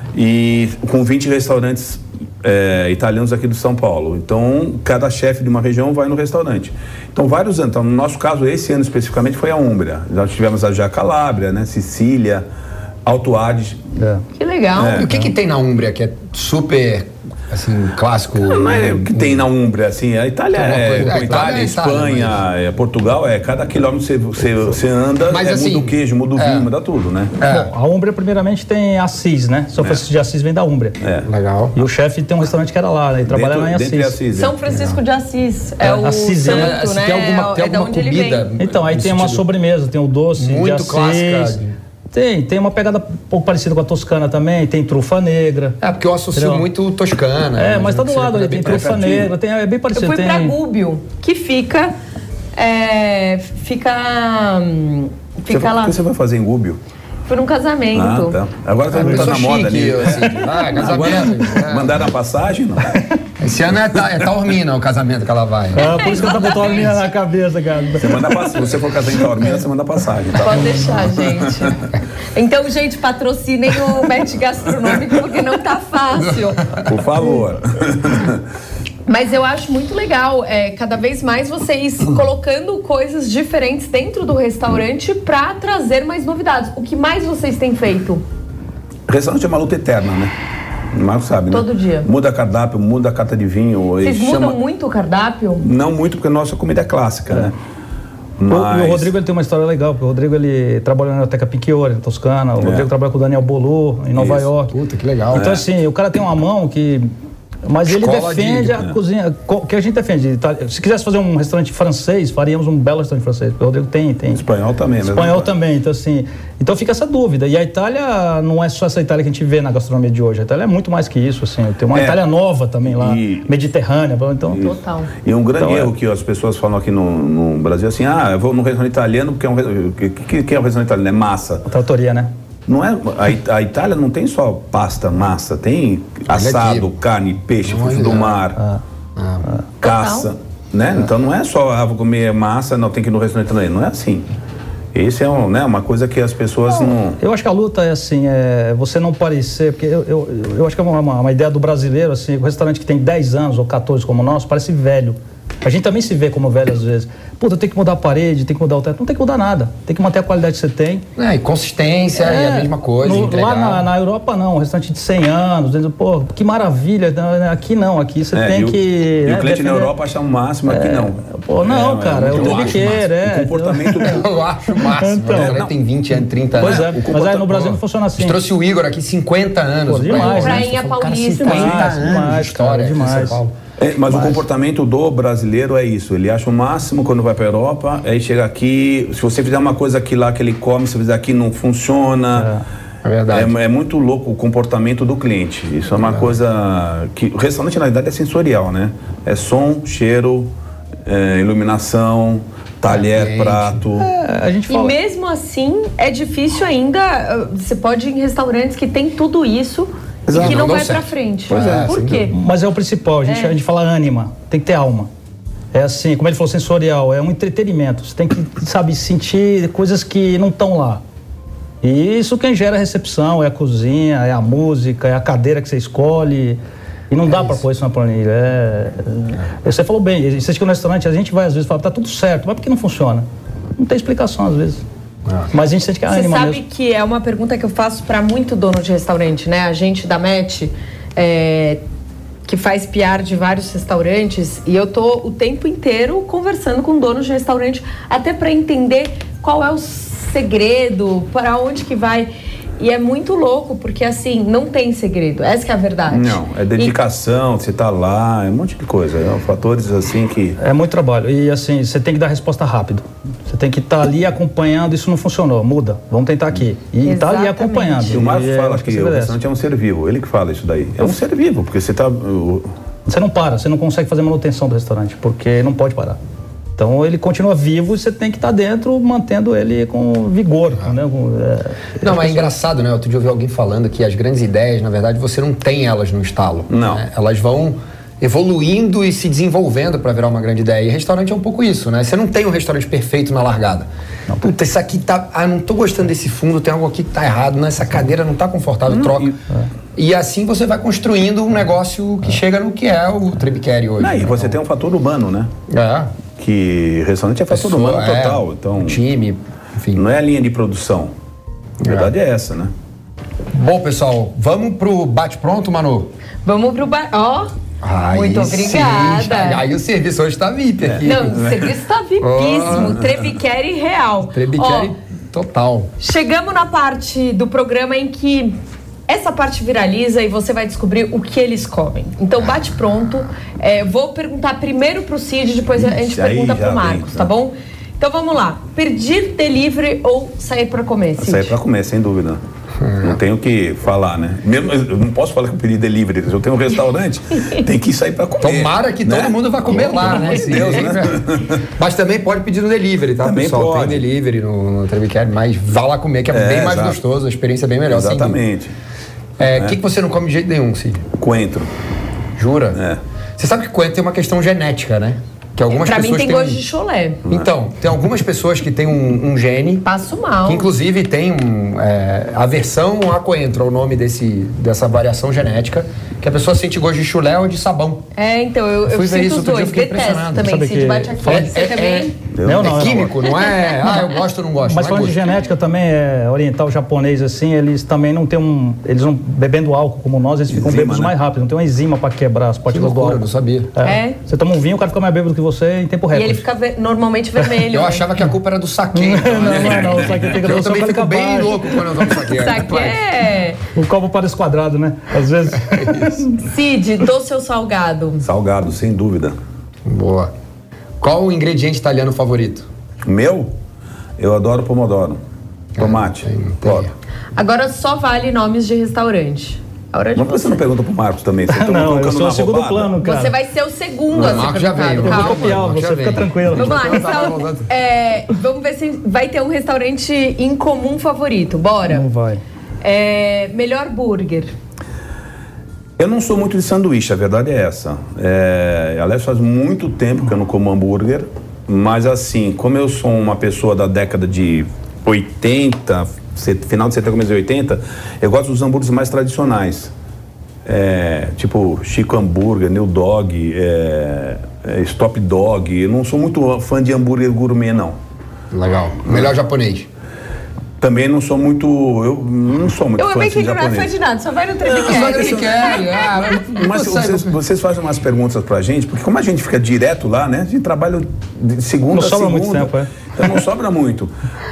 e com vinte restaurantes é, italianos aqui do São Paulo. Então, cada chefe de uma região vai no restaurante. Então, vários anos. Então, no nosso caso, esse ano especificamente foi a Úmbria. Nós tivemos a já Calábria, né, Sicília, Alto Adige. É. Que legal. E o que que tem na Úmbria que é super, assim, clássico? Não é o que tem na Úmbria, assim, a Itália Tem uma é, coisa- com é, Itália, Itália é Itália, Espanha, é, Portugal, é, cada quilômetro você, você, você anda, Mas, é, assim, muda o queijo, muda o é. vinho, muda tudo, né? Bom, a Úmbria, primeiramente, tem Assis, né? São Francisco de Assis vem da Úmbria. É. Legal. E o chefe tem um restaurante que era lá, né? Ele trabalha Dentro- lá em dentro de Assis. Assis, é. São Francisco de Assis. É, É, o Assis, santo, é, se né? tem alguma, tem é da alguma onde ele comida... vem. Então, aí tem uma estilo- sobremesa, tem o doce Muito de clássica. Assis. Tem, tem uma pegada um pouco parecida com a toscana também, tem trufa negra. É, porque eu associo Entendeu? muito toscana. É, mas tá do Imagino que lado seja ali, tem bem trufa pertinho. negra, tem, é bem Eu parecido. fui tem... pra Gúbio, que fica... é, fica... hum, Você, Fica lá. o que você vai fazer em Gúbio? Fui num casamento. Ah, tá. Agora tá, Eu tá sou na moda chique, ali. eu, assim, ah, casamento. Agora, é. mandaram a passagem, não? Esse ano é, ta, é Taormina o casamento que ela vai. Ah, por isso que ela tá botando a minha na cabeça, cara. Você manda pass- Se você for casar em Taormina, você manda passagem, tá? Pode deixar, gente. Então, gente, patrocinem o Match Gastronômico, porque não tá fácil. Por favor. Mas eu acho muito legal, é, cada vez mais vocês colocando coisas diferentes dentro do restaurante pra trazer mais novidades. O que mais vocês têm feito? Restaurante é uma luta eterna, né? O Marcos sabe, né? Todo dia. Muda cardápio, muda a carta de vinho. Vocês e mudam chama- muito o cardápio? Não muito, porque a nossa comida é clássica, né? Mas... O, o Rodrigo ele tem uma história legal, porque o Rodrigo ele trabalhou na Enoteca Picchiori, em Toscana, o é. Rodrigo trabalha com o Daniel Bolu, em Nova Isso. York. Puta, que legal. Então é. assim, o cara tem uma mão que... Mas Escola ele defende de... a é. cozinha, o que a gente defende. Se quisesse fazer um restaurante francês, faríamos um belo restaurante francês, porque o Rodrigo tem... tem espanhol também, né? Espanhol também, então assim... Então fica essa dúvida. E a Itália não é só essa Itália que a gente vê na gastronomia de hoje. A Itália é muito mais que isso, assim. Tem uma é. Itália nova também lá, e... mediterrânea. Então, total. E um grande então, erro é. que as pessoas falam aqui no, no Brasil, assim, ah, eu vou num restaurante italiano porque é um... O que, que, que é um restaurante italiano? É massa. A trattoria, né? Não é, a, a Itália não tem só pasta, massa, tem assado, carne, peixe, frutos do mar, ah, ah, ah. caça, Total. né? Ah. Então não é só, ah, vou comer massa, não, tem que ir no restaurante italiano, não é assim. Esse é um, né, uma coisa que as pessoas não, não... Eu acho que a luta é assim, é você não parecer, porque eu, eu, eu acho que é uma, uma ideia do brasileiro, assim, o restaurante que tem dez anos ou quatorze como o nosso, parece velho. A gente também se vê como velho às vezes. Puta, tem que mudar a parede, tem que mudar o teto. Não tem que mudar nada. Tem que manter a qualidade que você tem. É, e consistência, é, e a mesma coisa. No, lá na, na Europa não, um restaurante de cem anos. Pô, que maravilha. Aqui não, aqui você é, tem e o, que... E né, o cliente defender. na Europa acha o máximo, aqui é, não. Pô, não, é, cara, é o trebiqueiro, é. O comportamento... eu acho o máximo. Então, né? Não. Tem vinte anos, trinta anos. Pois é, o mas aí no Brasil não funciona assim. A gente trouxe o Igor aqui, cinquenta anos. Pô, demais, né? Prainha Paulista. Demais, demais, história, demais. É, mas, mas o comportamento do brasileiro é isso, ele acha o máximo quando vai para a Europa, aí chega aqui, se você fizer uma coisa aqui lá que ele come, se você fizer aqui não funciona. É, é verdade. É, é muito louco o comportamento do cliente, isso é uma é. coisa que o restaurante na verdade é sensorial, né? É som, cheiro, é, iluminação, talher, é, prato. É, a gente fala... E mesmo assim é difícil ainda, você pode ir em restaurantes que tem tudo isso. Exato. E que não, não vai certo. pra frente. Pois é, Por quê? Mas é o principal, a gente, é. a gente fala ânima, tem que ter alma. É assim, como ele falou, sensorial, é um entretenimento. Você tem que, sabe, sentir coisas que não estão lá. E isso quem gera a recepção, é a cozinha, é a música, é a cadeira que você escolhe. E não é dá para pôr isso na planilha. É, é, você falou bem, você chega no restaurante, a gente vai às vezes falar, tá tudo certo, mas por que não funciona? Não tem explicação às vezes. Ah. Mas a gente sente que é Você anima sabe mesmo. que é uma pergunta que eu faço para muito dono de restaurante, né? A gente da M E T, é, que faz P R de vários restaurantes, e eu tô o tempo inteiro conversando com donos de restaurante, até para entender qual é o segredo, para onde que vai. E é muito louco, porque assim, não tem segredo, essa que é a verdade. Não, é dedicação, e... você tá lá, é um monte de coisa, é fatores assim que... É muito trabalho, e assim, você tem que dar resposta rápido. Você tem que estar tá ali acompanhando, isso não funcionou, muda, vamos tentar aqui. E estar tá ali acompanhando. E o Marcos e fala é, que o restaurante é um ser vivo, ele que fala isso daí. É um ser vivo, porque você tá... Você não para, você não consegue fazer manutenção do restaurante, porque não pode parar. Então ele continua vivo e você tem que estar dentro, mantendo ele com vigor. Ah. Né? Com, é, não, mas é engraçado, né? Outro dia eu ouvi alguém falando que as grandes ideias, na verdade, você não tem elas no estalo. Não. Né? Elas vão evoluindo e se desenvolvendo para virar uma grande ideia. E restaurante é um pouco isso, né? Você não tem um restaurante perfeito na largada. Não. Puta, isso aqui tá... Ah, não tô gostando desse fundo, tem algo aqui que tá errado, né? Essa cadeira não tá confortável, hum, troca. E, é. e assim você vai construindo um negócio que é. chega no que é o Trebiqueri hoje. Não, né? E você então, tem um fator humano, né? É. Que restaurante é fator humano é, total, então... Um time, enfim. Não é a linha de produção. A verdade é, é essa, né? Bom, pessoal, vamos pro bate-pronto, Manu? Vamos pro bate... Ó... Oh. Ai, muito obrigada. Sim. Aí o serviço hoje tá V I P aqui. Não, o serviço tá VIPíssimo. Oh. Trebiqueri real. Trebiqueri oh, total. Chegamos na parte do programa em que essa parte viraliza e você vai descobrir o que eles comem. Então, bate pronto. É, vou perguntar primeiro pro Cid, depois Ixi, a gente pergunta pro Marcos, vem, tá bom? Então vamos lá. Pedir delivery ou sair pra comer, Cid? Sair pra comer, sem dúvida. Hum. Não tenho o que falar, né? Mesmo, eu não posso falar que eu pedi delivery. Se eu tenho um restaurante, tem que sair para comer. Tomara que né? todo mundo vá comer Pô, lá, né? Deus, né? Mas também pode pedir no delivery, tá, também pessoal? Pode. Tem delivery no, no Trebiqueri, mas vá lá comer, que é, é bem mais exato. gostoso, a experiência é bem melhor. Exatamente. O é, é. que, que você não come de jeito nenhum, Cid? Coentro. Jura? É. Você sabe que coentro tem uma questão genética, né? Que algumas pra pessoas mim tem têm gosto um... de cholé. Então, tem algumas pessoas que têm um, um gene... Passo mal. Que inclusive tem um, é, aversão a coentro, é o nome desse, dessa variação genética. que a pessoa sente gosto de chulé ou de sabão. É, então, eu, eu, eu fui ver sinto isso os outro dia, eu dois, fiquei detesto impressionado. também. Sabe Cid que- bate aqui, É, você é, também? é, Não, não, é químico, não é? Ah, eu gosto ou não gosto. Mas não é falando de gosto. genética também, é oriental, japonês, assim, eles também não têm um... Eles não, bebendo álcool como nós, eles ficam Enzima, bêbados né? mais rápido. Não tem uma enzima pra quebrar as Que partículas do loucura, eu álcool. não sabia. É. Você toma um vinho, o cara fica mais bêbado que você em tempo E recorde. ele fica ve- normalmente vermelho. Eu né? achava que a culpa era do saque. Então, Não, né? não, não, o saque tem que Eu dar só também pra fico ficar bem baixo. louco quando eu tomo saque. Isso aqui é... O copo parece quadrado, né? Às vezes. Cid, doce ou salgado? Salgado, sem dúvida. Boa. Qual o ingrediente italiano favorito? Meu, eu adoro pomodoro. Tomate. tem- tem. Adoro. Agora só vale nomes de restaurante. A hora de Mas por que você não pergunta pro Marcos também? Vocês estão me Não, eu colocando sou na o segundo roubada? plano, cara. Você vai ser o segundo Não, a o ser Marcos já perguntado. veio. Eu vou Calma. copiar, Marcos já você fica veio. tranquilo. Vamos lá, Tá, tá, tá, restaurante. tá, tá. É, vamos ver se vai ter um restaurante em comum favorito. Bora. Não vai. É, melhor burger. Eu não sou muito de sanduíche, a verdade é essa. É, aliás, faz muito tempo que eu não como hambúrguer, mas assim, como eu sou uma pessoa da década de oitenta, set- final de setenta, começo de oitenta, eu gosto dos hambúrgueres mais tradicionais. É, tipo Chico Hambúrguer, New Dog, é, é, Stop Dog. Eu não sou muito fã de hambúrguer gourmet, não. Legal. Melhor japonês. Também não sou muito. Eu não sou muito Eu fã amei de que ele não é fã japonês. de nada, só vai no Só Tremicast. que quer. Ah, Mas você- vocês, vocês fazem umas perguntas pra gente, porque como a gente fica direto lá, né? A gente trabalha de segunda Não a sobra segunda. muito tempo, é. Então não sobra muito.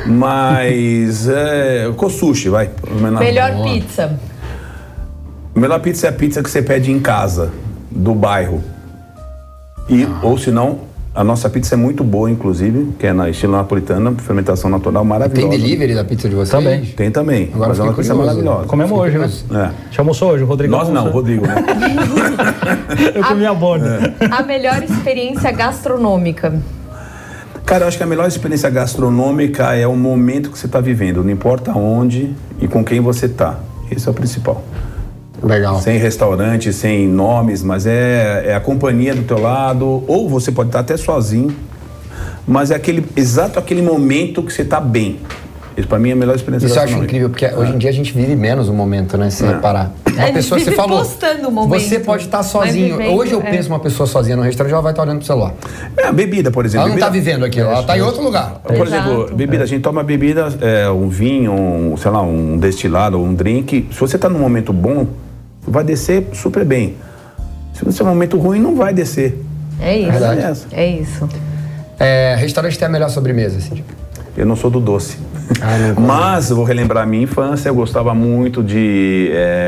Mas é, com sushi, vai. Melhor Boa. pizza. Melhor pizza é a pizza que você pede em casa, do bairro. E, ou se não, a nossa pizza é muito boa, inclusive, que é na estilo napolitana, fermentação natural Tem maravilhosa. delivery da pizza de vocês? Também. Tem também. Agora mas é uma fiquei pizza curioso. maravilhosa. Comemos hoje, né? É. Te almoçou hoje, o Rodrigo Nós não, o almoçou. Rodrigo, né? Eu comi a borda. A melhor experiência gastronômica. Cara, eu acho que a melhor experiência gastronômica é o momento que você está vivendo, não importa onde e com quem você está. Esse é o principal. Legal. Sem restaurante, sem nomes, mas é, é a companhia do teu lado, ou você pode estar até sozinho, mas é aquele, exato aquele momento que você está bem. Isso para mim é a melhor experiência Isso eu acho gastronômica. incrível, porque hoje em dia a gente vive menos o momento, né? Se É. reparar. Uma É, pessoa, vive você falou. postando o momento. Você pode estar Mas sozinho. vivendo, Hoje eu é. penso uma pessoa sozinha no restaurante, ela vai estar olhando pro celular. É, a bebida, por exemplo. Ela não bebida, tá vivendo aquilo, ela tá em outro lugar. Por exemplo, Exato. bebida, a gente toma bebida, é, um vinho, um, sei lá, um destilado, um drink. Se você está num momento bom, vai descer super bem. Se você é um momento ruim, não vai descer. É isso. Verdade. É essa. É isso. É, restaurante tem a melhor sobremesa, assim. Eu não sou do doce. Ah, não como. Mas eu vou relembrar a minha infância, eu gostava muito de.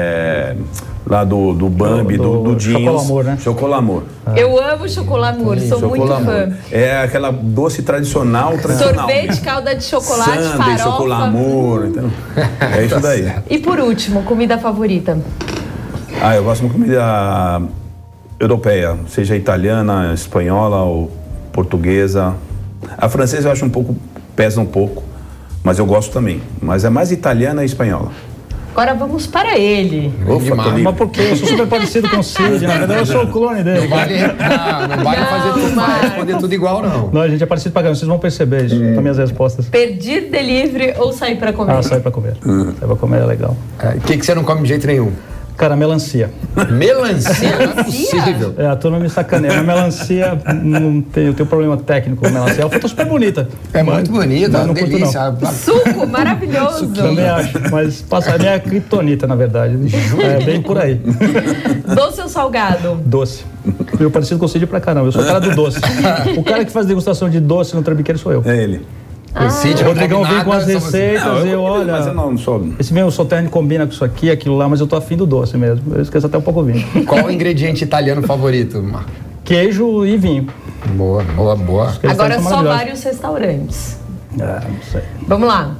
É, lá do, do Bambi, do, Do- do, do Jeans. Chocolamor, né? Chocolamor. Eu amo chocolamur, sou muito Chocolamor. fã. É aquela doce tradicional, tradicional. Sorvete, calda de chocolate, Sundae, farofa. chocolamor. Então, é isso daí. E por último, comida favorita. Ah, eu gosto de uma comida europeia, seja italiana, espanhola ou portuguesa. A francesa eu acho um pouco, pesa um pouco, mas eu gosto também. Mas é mais italiana e espanhola. Agora vamos para ele. Ufa, demais. Tony. Mas por quê? Eu sou super parecido com o Cid, na verdade eu sou o clone dele. Não vale, não, não vale Não, fazer tudo, mas- responder tudo igual, não. Não, a gente é parecido pra caramba, vocês vão perceber isso nas minhas respostas. Pedir delivery ou sair para comer? Ah, sai pra comer. Sai pra comer é legal. O que, que você não come de jeito nenhum? Cara, melancia. Melancia? Não é possível. É, a turma me sacaneia. A melancia, não tem, eu tenho problema técnico com melancia. Ela tá super bonita. É muito bonita, mas uma não curto, delícia. Suco maravilhoso. Também acho, mas passa, a minha é criptonita, na verdade. É bem por aí. Doce ou salgado? Doce. Eu parecido com o Cid pra caramba. Eu sou o cara do doce. O cara que faz degustação de doce no Trambiqueiro sou eu. É ele. O Cid O não Rodrigão come vem com nada, as só você. receitas Não, e eu, olha. Mas eu não, não sou. Esse meu soterno combina com isso aqui, aquilo lá, mas eu tô afim do doce mesmo. Eu esqueço até um pouco o vinho. Qual o ingrediente italiano favorito, Marco? Queijo e vinho. Boa, boa, boa. Eles Agora são só maravilhosos. vários restaurantes. Ah, não sei. Vamos lá.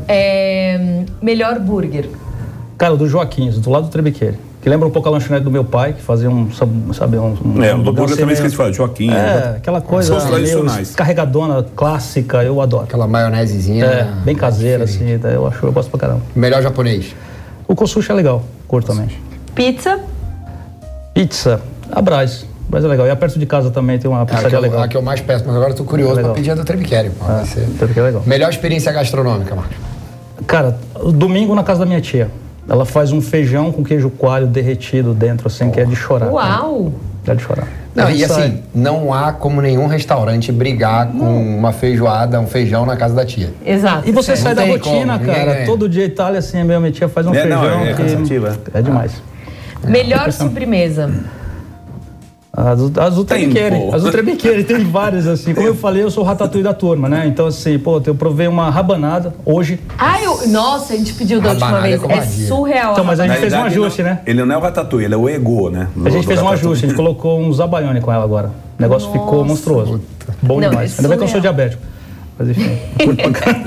É, melhor burger. Cara, o do Joaquins, do lado do Trebiqueiro. Que lembra um pouco a lanchonete do meu pai, que fazia um, sabe, sabe, um... um É, o do hambúrguer burger também meio- esqueci de falar, Joaquim. É, né? aquela coisa São os meio tradicionais. carregadona, clássica, eu adoro. Aquela maionesezinha. É, bem caseira, diferente. assim, daí eu acho, eu gosto pra caramba. Melhor japonês. O Kosushi é legal, curto também. Pizza. Pizza, a Brás. Brás é legal. E a perto de casa também tem uma É a que, pizzaria eu, legal. a que eu mais peço, mas agora eu tô curioso Legal. pra pedir a do Trebiqueri. pô, vai ser. Trebiqueri é legal. Melhor experiência gastronômica, Marcos. Cara, domingo na casa da minha tia. Ela faz um feijão com queijo coalho derretido dentro, assim, que é de chorar. Uau! É de chorar. Não, e sai... assim, não há como nenhum restaurante brigar com não. uma feijoada, um feijão na casa da tia. Exato. E você é. sai não da rotina, como, cara. é. Todo dia Itália, assim, a minha tia faz um é, feijão não, é, que cansativo, é. é demais. Melhor sobremesa? As, as Ultrabiqueire, as Ultrabiqueire, tem várias, assim. Como eu falei, eu sou o ratatouille da turma, né? Então, assim, pô, eu provei uma rabanada hoje. Ah, eu, nossa, a gente pediu da última Rabanada vez. É, é surreal. Então, mas a gente Na fez um verdade, ajuste, não, né? Ele não é o ratatouille, ele é o ego, né? A gente fez um ajuste, a gente colocou um zabaglione com ela agora. O negócio Nossa. ficou monstruoso. Puta. Bom Não, demais. é Ainda bem que eu sou surreal. diabético. Mas enfim, curto pra caramba.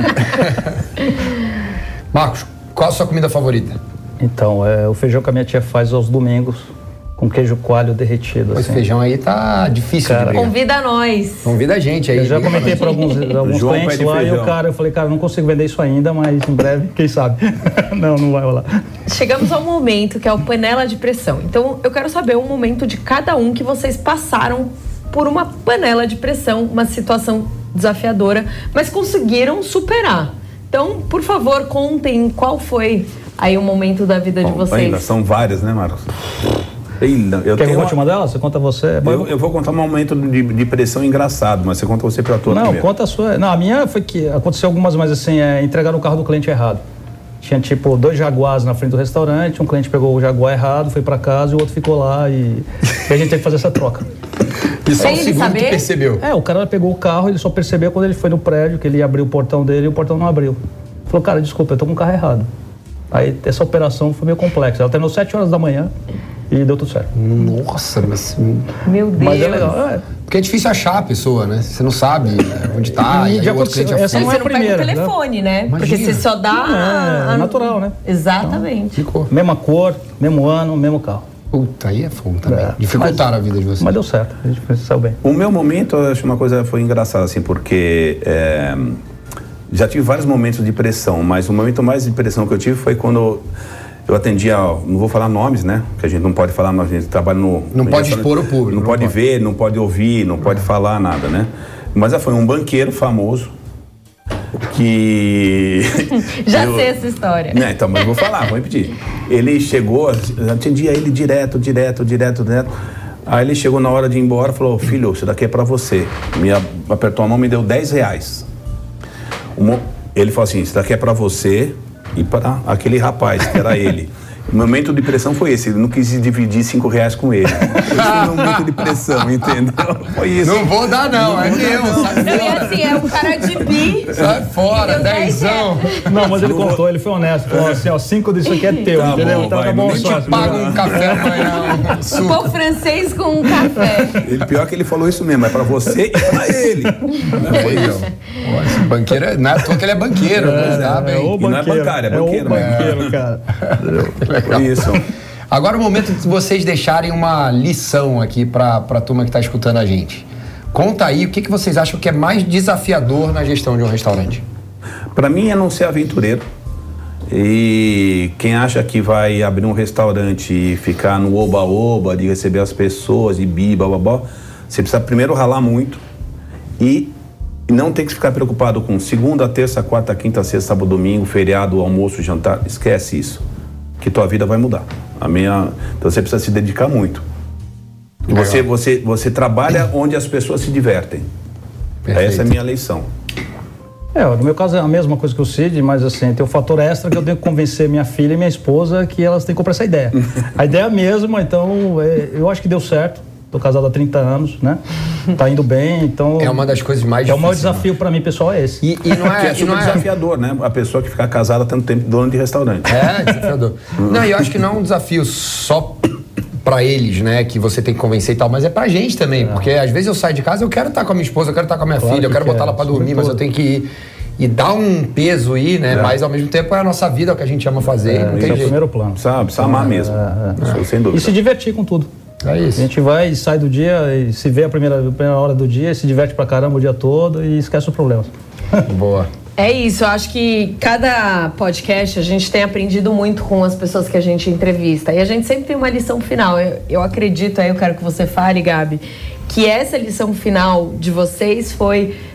Marcos, qual a sua comida favorita? Então, é o feijão que a minha tia faz aos domingos, com queijo coalho derretido, Esse assim. feijão aí tá difícil Cara, de brigar. Convida nós. Convida a gente aí. Eu já comentei para alguns, alguns João clientes pede lá e feijão. o cara, eu falei, cara, não consigo vender isso ainda, mas em breve, quem sabe? Não, não vai rolar. Chegamos ao momento que é o panela de pressão. Então, eu quero saber o momento de cada um que vocês passaram por uma panela de pressão, uma situação desafiadora, mas conseguiram superar. Então, por favor, contem qual foi aí o momento da vida Bom, de vocês. ainda são várias, né, Marcos? Ainda, eu Quer que eu tenho conte uma delas? Você conta você? Eu, eu vou contar um momento de, de pressão engraçado, mas você conta você pela tua Não, primeiro. conta a sua. Não, a minha foi que aconteceu algumas, mas assim, é, entregaram o carro do cliente errado. Tinha tipo dois Jaguars na frente do restaurante, um cliente pegou o Jaguar errado, foi pra casa e o outro ficou lá e, e a gente teve que fazer essa troca. E só Sem o ele segundo saber? que percebeu. É, o cara pegou o carro, ele só percebeu quando ele foi no prédio, que ele ia abrir o portão dele e o portão não abriu. Falou, cara, desculpa, eu tô com o carro errado. Aí essa operação foi meio complexa. Ela terminou sete horas da manhã e deu tudo certo. Nossa, mas... Meu Deus. Mas é legal. É. Porque é difícil achar a pessoa, né? Você não sabe onde tá, E e aí já o outro aconteceu- cliente já essa Aí não você é a não primeira, pega o telefone, né? Porque Imagina. você só dá... É, é natural, né? Exatamente. ficou. Mesma cor, mesmo ano, mesmo carro. Puta, aí é fogo também. É. Dificultaram Mas- a vida de vocês. Mas deu certo, a gente saiu bem. O meu momento, eu acho uma coisa foi engraçada, assim, porque é, já tive vários momentos de pressão, mas o momento mais de pressão que eu tive foi quando eu atendia, não vou falar nomes, né? Que a gente não pode falar, mas a gente trabalha no... Não no pode restaurante, expor o público, Não, não pode, pode. ver, não pode ouvir, não pode falar nada, né? Mas foi um banqueiro famoso que... Já eu- sei essa história. Né, então, mas eu vou falar, vou repetir. Ele chegou, eu atendia ele direto, direto, direto, direto. Aí ele chegou na hora de ir embora e falou, filho, isso daqui é pra você. Me a- apertou a mão e me deu dez reais. O mo- Ele falou assim, isso daqui é pra você e para aquele rapaz, que era ele. O momento de pressão foi esse, ele não quis dividir cinco reais com ele. Esse foi um momento de pressão, entendeu? Foi isso. Não vou dar não, é meu, sai Não, e fora. assim, é um cara de bi. Sai fora, Deu dez dezão. Não, mas ele contou, ele foi honesto. Falou assim, ó, cinco disso aqui é teu, Tá entendeu? bom, Então vai, tá bom, nem te sócio. Paga um café amanhã, um Um suco. pão francês com um café. Ele, pior que ele falou isso mesmo, é pra você e pra ele. Não foi Aí, isso. ó. Ó, esse banqueiro, é- não é à toa que ele é banqueiro, mas dá É bem. o E não é banqueiro, bancário, é é o banqueiro, né? banqueiro, cara. Foi isso. Agora é o momento de vocês deixarem uma lição aqui para a turma que está escutando a gente. Conta aí o que, que vocês acham que é mais desafiador na gestão de um restaurante. Para mim é não ser aventureiro. E quem acha que vai abrir um restaurante e ficar no oba-oba, de receber as pessoas, de bi, bababó, você precisa primeiro ralar muito e não tem que ficar preocupado com segunda, terça, quarta, quinta, sexta, sábado, domingo, feriado, almoço, jantar. Esquece isso, que tua vida vai mudar. A minha, então você precisa se dedicar muito. E você, você, você trabalha onde as pessoas se divertem. Perfeito. Essa é a minha lição. É, no meu caso é a mesma coisa que o Cid, mas assim, tem o fator extra que eu tenho que convencer minha filha e minha esposa que elas têm que comprar essa ideia. A ideia é a mesma, então é, eu acho que deu certo. Tô casado há trinta anos, né? Tá indo bem, então... É uma das coisas mais É o maior difíceis, desafio para mim, pessoal, é esse. E, e não Que é, é e super não é, desafiador, né? A pessoa que ficar casada há tanto tempo dono de restaurante. é desafiador. Não, e eu acho que não é um desafio só pra eles, né, que você tem que convencer e tal, mas é pra gente também, porque às vezes eu saio de casa, eu quero estar com a minha esposa, eu quero estar com a minha Claro filha, eu que quero botar quer, ela pra dormir, mas eu sobretudo. tenho que ir. E dá um peso aí, né, mas ao mesmo tempo é a nossa vida, é o que a gente ama fazer, não Esse tem é o jeito. primeiro plano. Precisa, precisa amar mesmo. Isso, sem dúvida. E se divertir com tudo. É A isso. gente vai e sai do dia e se vê a primeira, a primeira hora do dia, se diverte pra caramba o dia todo e esquece os problemas. Boa. É isso, eu acho que cada podcast a gente tem aprendido muito com as pessoas que a gente entrevista. E a gente sempre tem uma lição final. Eu, eu acredito, aí eu quero que você fale, Gabi, que essa lição final de vocês foi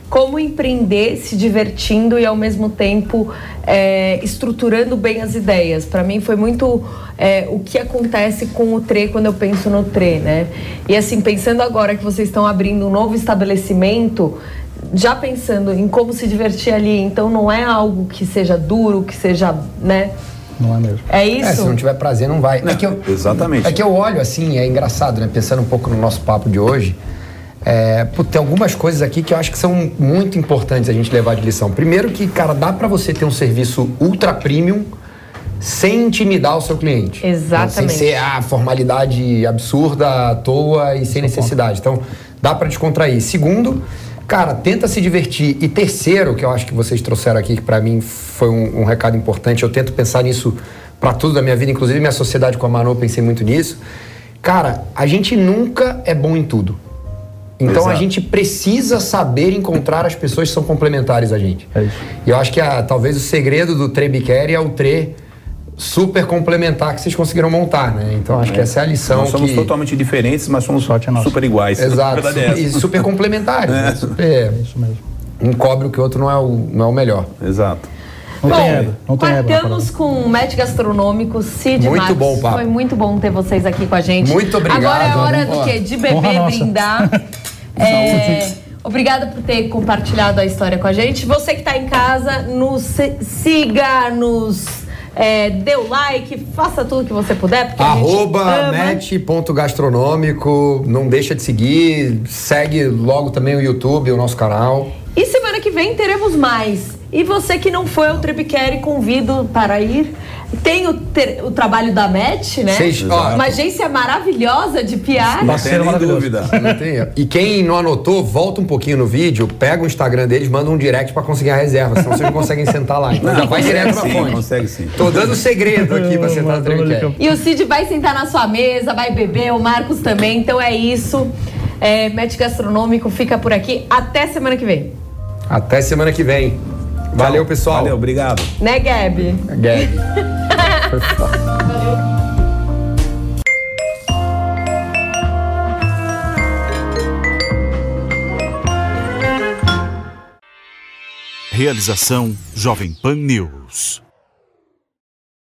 como empreender se divertindo e ao mesmo tempo é, estruturando bem as ideias. Para mim foi muito é, o que acontece com o Trê quando eu penso no Trê, né? E assim, pensando agora que vocês estão abrindo um novo estabelecimento, já pensando em como se divertir ali, então não é algo que seja duro, que seja, né? Não é mesmo. É isso? É, se não tiver prazer, não vai. Não, é que eu, exatamente. É que eu olho assim, é engraçado, né? Pensando um pouco no nosso papo de hoje, é, pô, tem algumas coisas aqui que eu acho que são muito importantes a gente levar de lição. Primeiro que, cara, dá pra você ter um serviço ultra premium sem intimidar o seu cliente. Exatamente. Então, sem ser a formalidade absurda, à toa e sem necessidade. Então, dá pra descontrair. Segundo, cara, tenta se divertir. E terceiro, que eu acho que vocês trouxeram aqui, que pra mim foi um, um recado importante, eu tento pensar nisso pra tudo da minha vida, inclusive minha sociedade com a Manu, eu pensei muito nisso. Cara, a gente nunca é bom em tudo. Então Exato. A gente precisa saber encontrar as pessoas que são complementares a gente. É isso. E eu acho que a, talvez o segredo do Trê Bicchieri é o Trê super complementar que vocês conseguiram montar, né? Então acho que essa é a lição. Nós somos que... totalmente diferentes, mas somos Sorte é nossa. super iguais. Exato. A verdade é E essa. super complementares. É. Né? Super... É isso mesmo. Um cobre o que o outro não é o, não é o melhor. Exato. Não Bom, tem ego. Não tem ego. na Partamos com o Match Gastronômico, Cid Muito Marcos. bom o papo. Foi muito bom ter vocês aqui com a gente. Muito obrigado. Agora é hora Ó. do quê? De Honra beber, nossa. brindar. É, obrigada por ter compartilhado a história com a gente. Você que está em casa, nos se- siga, nos é, dê o like, faça tudo que você puder, porque a gente Arroba ama. match.gastronômico, não deixa de seguir, segue logo também o YouTube, o nosso canal. E semana que vem teremos mais. E você que não foi ao Trê Bicchieri, convido para ir. Tem o, ter- o trabalho da Match, né? Vocês- ó, Uma agência maravilhosa de P R. Não tem Parceiro nem maravilhoso. dúvida. Não tem erro. E quem não anotou, volta um pouquinho no vídeo, pega o Instagram deles, manda um direct pra conseguir a reserva, senão vocês não conseguem sentar lá. Então já vai direto pra sim, fonte. consegue sim. Tô dando segredo aqui pra sentar no Trê Bicchieri. E o Cid vai sentar na sua mesa, vai beber, o Marcos também. Então é isso. É, Match Gastronômico fica por aqui. Até semana que vem. Até semana que vem. Valeu, pessoal. Valeu, obrigado. Né, Gabi? Gag. Realização Jovem Pan News.